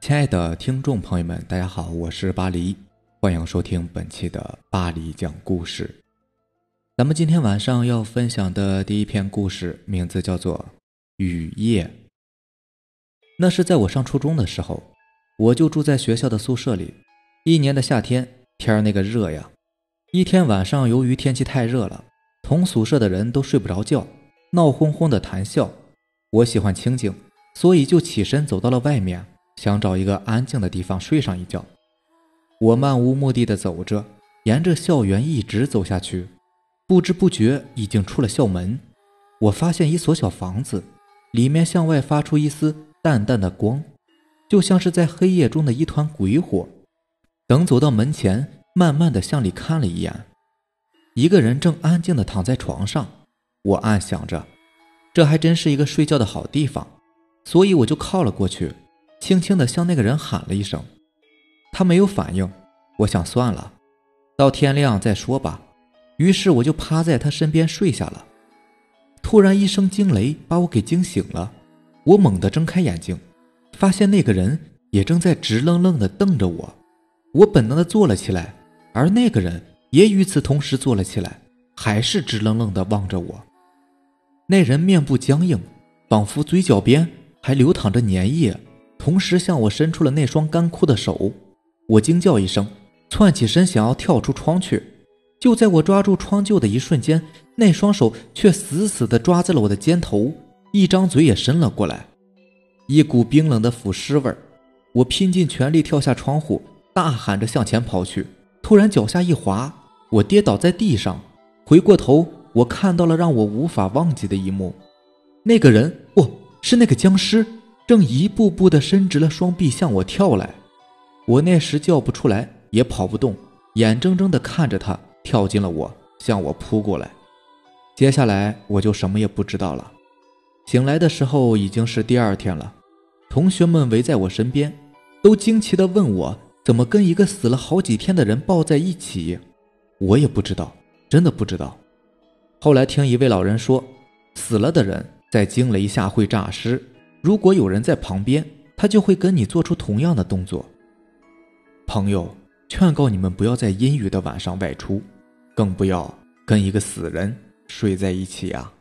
亲爱的听众朋友们，大家好，我是巴黎，欢迎收听本期的巴黎讲故事。咱们今天晚上要分享的第一篇故事名字叫做雨夜。那是在我上初中的时候，我就住在学校的宿舍里。一年的夏天，天那个热呀。一天晚上，由于天气太热了，同宿舍的人都睡不着觉，闹哄哄的谈笑。我喜欢清静，所以就起身走到了外面，想找一个安静的地方睡上一觉。我漫无目的地走着，沿着校园一直走下去，不知不觉已经出了校门。我发现一所小房子，里面向外发出一丝淡淡的光，就像是在黑夜中的一团鬼火。等走到门前，慢慢地向里看了一眼，一个人正安静地躺在床上。我暗想着，这还真是一个睡觉的好地方，所以我就靠了过去，轻轻地向那个人喊了一声。他没有反应，我想算了，到天亮再说吧。于是我就趴在他身边睡下了。突然一声惊雷把我给惊醒了，我猛地睁开眼睛，发现那个人也正在直愣愣地瞪着我。我本能地坐了起来，而那个人也与此同时坐了起来，还是直愣愣地望着我。那人面部僵硬，仿佛嘴角边还流淌着粘液，同时向我伸出了那双干枯的手。我惊叫一声，窜起身想要跳出窗去。就在我抓住窗柩的一瞬间，那双手却死死地抓在了我的肩头，一张嘴也伸了过来，一股冰冷的腐尸味。我拼尽全力跳下窗户，大喊着向前跑去。突然脚下一滑，我跌倒在地上。回过头，我看到了让我无法忘记的一幕。那个人，是那个僵尸，正一步步地伸直了双臂向我跳来。我那时叫不出来，也跑不动，眼睁睁地看着他跳进了我，向我扑过来。接下来我就什么也不知道了。醒来的时候已经是第二天了，同学们围在我身边，都惊奇地问我怎么跟一个死了好几天的人抱在一起。我也不知道，真的不知道。后来听一位老人说，死了的人在惊雷下会诈尸，如果有人在旁边，他就会跟你做出同样的动作。朋友，劝告你们不要在阴雨的晚上外出，更不要跟一个死人睡在一起啊。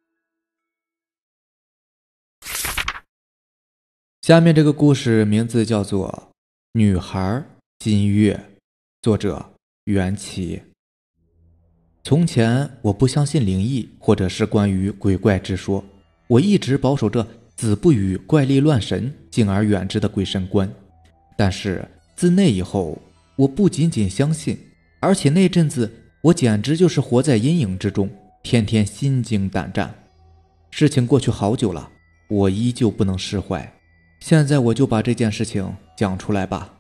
下面这个故事名字叫做女孩金月，作者袁琪。从前我不相信灵异或者是关于鬼怪之说，我一直保守着子不语怪力乱神敬而远之的鬼神观。但是自那以后，我不仅仅相信，而且那阵子我简直就是活在阴影之中，天天心惊胆战。事情过去好久了，我依旧不能释怀。现在我就把这件事情讲出来吧。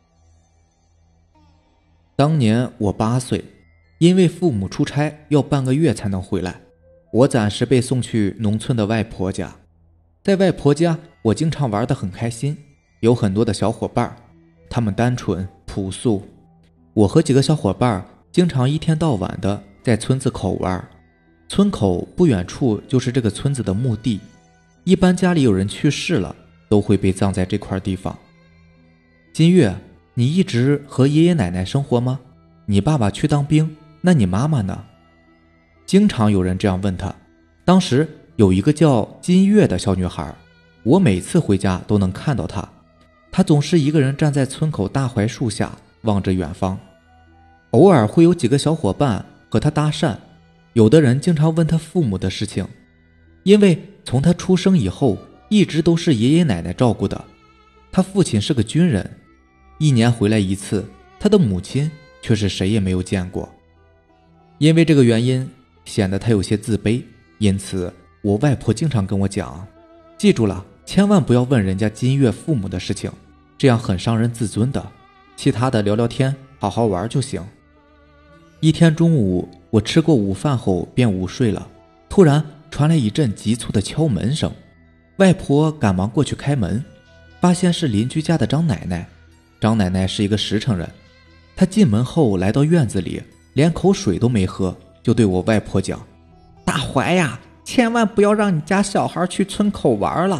当年我8岁，因为父母出差要半个月才能回来，我暂时被送去农村的外婆家。在外婆家，我经常玩得很开心，有很多的小伙伴，他们单纯朴素。我和几个小伙伴经常一天到晚的在村子口玩，村口不远处就是这个村子的墓地，一般家里有人去世了，都会被葬在这块地方。金月，你一直和爷爷奶奶生活吗？你爸爸去当兵，那你妈妈呢？经常有人这样问他。当时有一个叫金月的小女孩，我每次回家都能看到她。她总是一个人站在村口大槐树下，望着远方。偶尔会有几个小伙伴和她搭讪，有的人经常问她父母的事情，因为从她出生以后一直都是爷爷奶奶照顾的。她父亲是个军人，一年回来一次，她的母亲却是谁也没有见过。因为这个原因，显得她有些自卑，因此我外婆经常跟我讲，记住了，千万不要问人家金月父母的事情，这样很伤人自尊的，其他的聊聊天，好好玩就行。一天中午，我吃过午饭后便午睡了，突然传来一阵急促的敲门声。外婆赶忙过去开门，发现是邻居家的张奶奶。张奶奶是一个实诚人，她进门后来到院子里，连口水都没喝，就对我外婆讲，大槐呀，千万不要让你家小孩去村口玩了，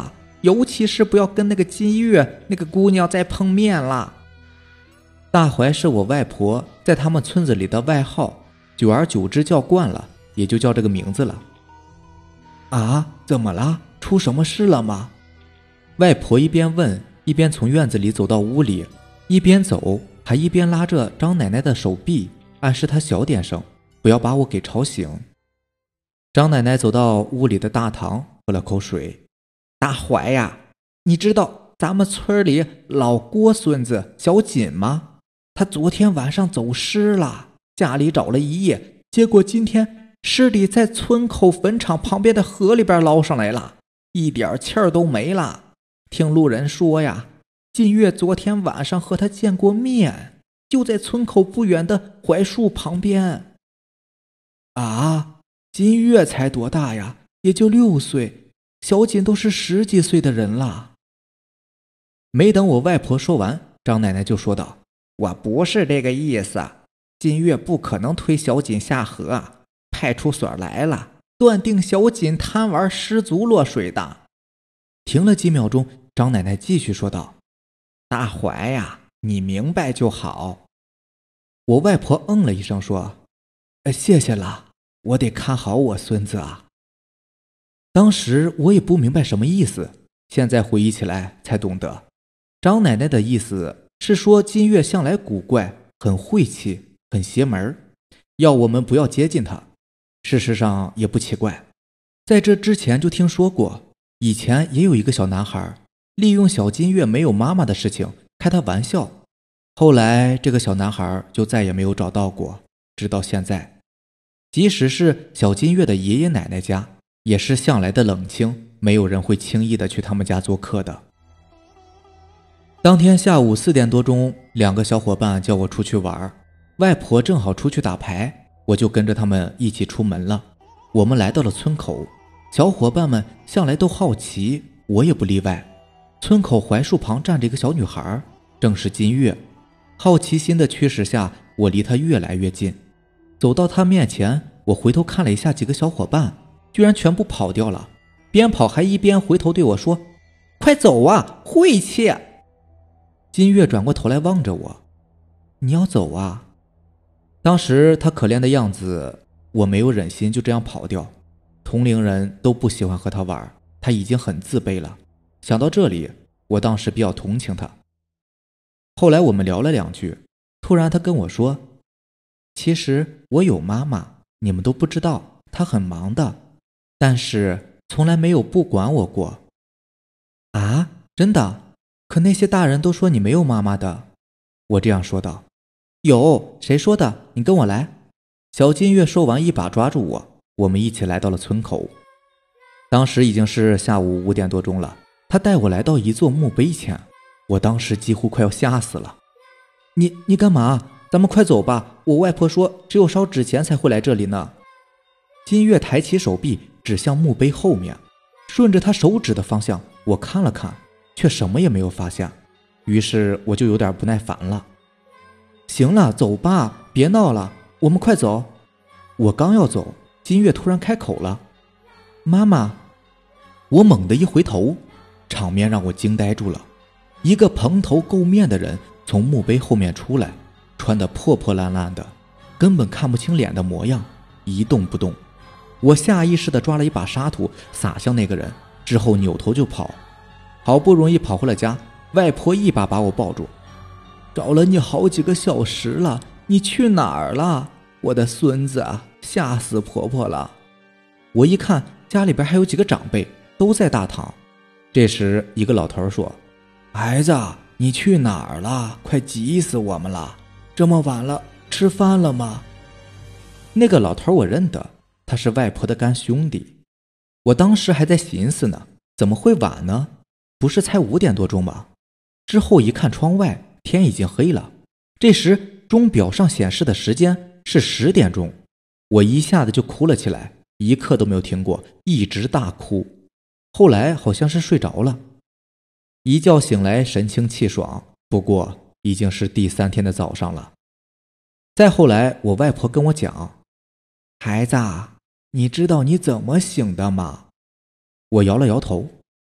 尤其是不要跟那个金月那个姑娘再碰面了。大槐是我外婆在他们村子里的外号，久而久之叫惯了，也就叫这个名字了。啊，怎么了？出什么事了吗？外婆一边问，一边从院子里走到屋里，一边走还一边拉着张奶奶的手臂，暗示她小点声，不要把我给吵醒。张奶奶走到屋里的大堂，喝了口水。大槐呀，你知道咱们村里老郭孙子小锦吗？他昨天晚上走失了，家里找了一夜，结果今天尸体在村口坟场旁边的河里边捞上来了，一点气儿都没了。听路人说呀，金月昨天晚上和他见过面，就在村口不远的槐树旁边。啊，金月才多大呀？也就6岁，小锦都是10几岁的人了。没等我外婆说完，张奶奶就说道：我不是这个意思，金月不可能推小锦下河，派出所来了，断定小锦贪玩失足落水的。停了几秒钟，张奶奶继续说道：大槐呀，你明白就好。我外婆嗯了一声说：谢谢了，我得看好我孙子啊。当时我也不明白什么意思，现在回忆起来才懂得，张奶奶的意思是说金月向来古怪，很晦气，很邪门，要我们不要接近他。事实上也不奇怪，在这之前就听说过，以前也有一个小男孩利用小金月没有妈妈的事情开他玩笑，后来这个小男孩就再也没有找到过，直到现在。即使是小金月的爷爷奶奶家，也是向来的冷清，没有人会轻易的去他们家做客的。当天下午4点多钟，2个小伙伴叫我出去玩，外婆正好出去打牌，我就跟着他们一起出门了。我们来到了村口，小伙伴们向来都好奇，我也不例外。村口槐树旁站着一个小女孩，正是金月。好奇心的驱使下，我离她越来越近。走到她面前，我回头看了一下几个小伙伴，居然全部跑掉了，边跑还一边回头对我说：快走啊，晦气！金月转过头来望着我：你要走啊？当时她可怜的样子，我没有忍心就这样跑掉。同龄人都不喜欢和她玩，她已经很自卑了。想到这里，我当时比较同情她。后来我们聊了2句，突然她跟我说：其实我有妈妈，你们都不知道，她很忙的，但是从来没有不管我过。啊，真的？可那些大人都说你没有妈妈的。我这样说道。有，谁说的？你跟我来。小金月说完，一把抓住我，我们一起来到了村口。当时已经是下午5点多钟了，他带我来到一座墓碑前，我当时几乎快要吓死了。你干嘛？咱们快走吧，我外婆说只有烧纸钱才会来这里呢。金月抬起手臂指向墓碑后面，顺着他手指的方向，我看了看，却什么也没有发现。于是我就有点不耐烦了。行了，走吧，别闹了，我们快走。我刚要走，金月突然开口了：妈妈。我猛地一回头，场面让我惊呆住了。一个蓬头垢面的人从墓碑后面出来，穿得破破烂烂的，根本看不清脸的模样，一动不动。我下意识地抓了一把沙土撒向那个人，之后扭头就跑。好不容易跑回了家，外婆一把把我抱住：找了你好几个小时了，你去哪儿了？我的孙子啊，吓死婆婆了。我一看家里边还有几个长辈都在大堂。这时一个老头说：孩子，你去哪儿了？快急死我们了，这么晚了，吃饭了吗？那个老头我认得，他是外婆的干兄弟。我当时还在寻思呢，怎么会晚呢？不是才5点多钟吗？之后一看窗外，天已经黑了。这时钟表上显示的时间是10点钟，我一下子就哭了起来，一刻都没有停过，一直大哭。后来好像是睡着了，一觉醒来神清气爽，不过已经是第3天的早上了。再后来我外婆跟我讲：孩子，你知道你怎么醒的吗？我摇了摇头。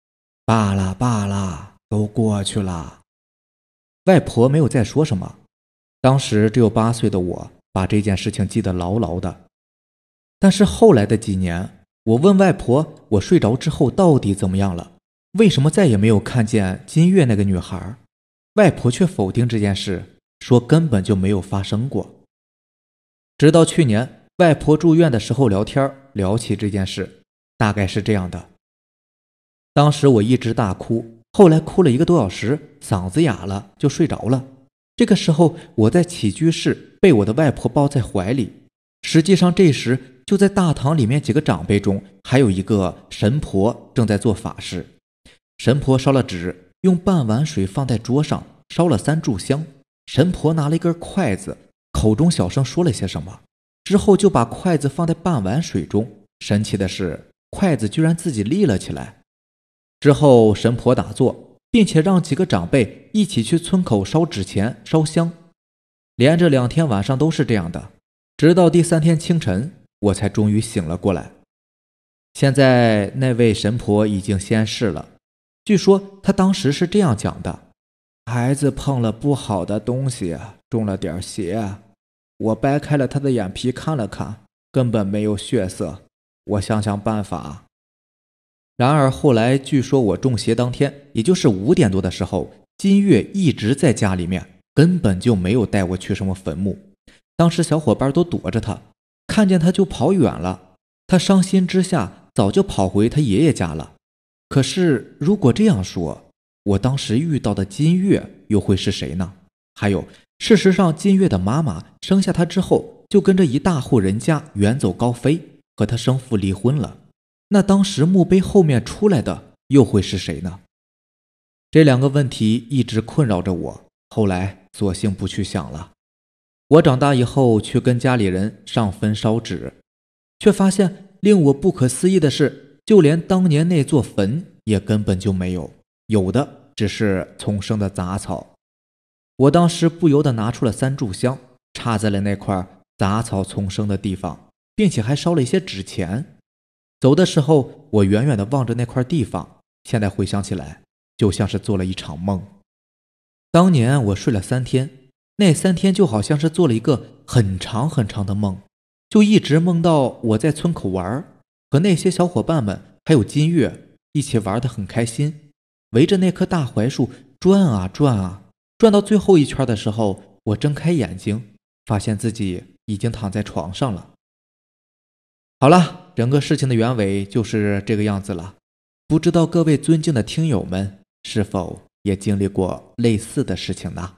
罢了罢了，都过去了。外婆没有再说什么。当时只有8岁的我，把这件事情记得牢牢的。但是后来的几年，我问外婆，我睡着之后到底怎么样了？为什么再也没有看见金月那个女孩？外婆却否定这件事，说根本就没有发生过。直到去年，外婆住院的时候聊天，聊起这件事，大概是这样的：当时我一直大哭，后来哭了1个多小时，嗓子哑了，就睡着了。这个时候，我在起居室被我的外婆抱在怀里。实际上，这时就在大堂里面几个长辈中，还有一个神婆正在做法事。神婆烧了纸，用半碗水放在桌上，烧了3炷香。神婆拿了一根筷子，口中小声说了些什么，之后就把筷子放在半碗水中。神奇的是，筷子居然自己立了起来。之后神婆打坐，并且让几个长辈一起去村口烧纸钱、烧香。连着2天晚上都是这样的，直到第3天清晨，我才终于醒了过来。现在那位神婆已经仙逝了，据说她当时是这样讲的：孩子碰了不好的东西，中了点邪。我掰开了他的眼皮看了看，根本没有血色，我想想办法。然而后来据说我中邪当天，也就是5点多的时候，金月一直在家里面，根本就没有带我去什么坟墓。当时小伙伴都躲着他，看见他就跑远了。他伤心之下早就跑回他爷爷家了。可是如果这样说，我当时遇到的金月又会是谁呢？还有，事实上金月的妈妈生下他之后，就跟着一大户人家远走高飞，和他生父离婚了。那当时墓碑后面出来的又会是谁呢？这2个问题一直困扰着我，后来索性不去想了。我长大以后去跟家里人上坟烧纸，却发现令我不可思议的是，就连当年那座坟也根本就没有，有的只是丛生的杂草。我当时不由得拿出了3炷香，插在了那块杂草丛生的地方，并且还烧了一些纸钱。走的时候，我远远地望着那块地方，现在回想起来，就像是做了一场梦。当年我睡了3天，那3天就好像是做了一个很长很长的梦，就一直梦到我在村口玩，和那些小伙伴们还有金月一起玩得很开心，围着那棵大槐树转啊转啊，转到最后一圈的时候，我睁开眼睛，发现自己已经躺在床上了。好了，整个事情的原委就是这个样子了。不知道各位尊敬的听友们是否也经历过类似的事情呢？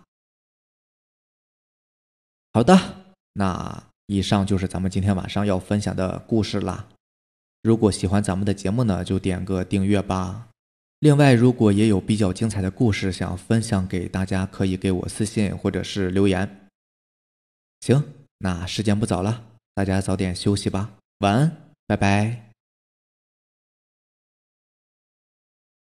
好的，那以上就是咱们今天晚上要分享的故事啦。如果喜欢咱们的节目呢，就点个订阅吧。另外，如果也有比较精彩的故事想分享给大家，可以给我私信或者是留言。行，那时间不早了，大家早点休息吧，晚安，拜拜。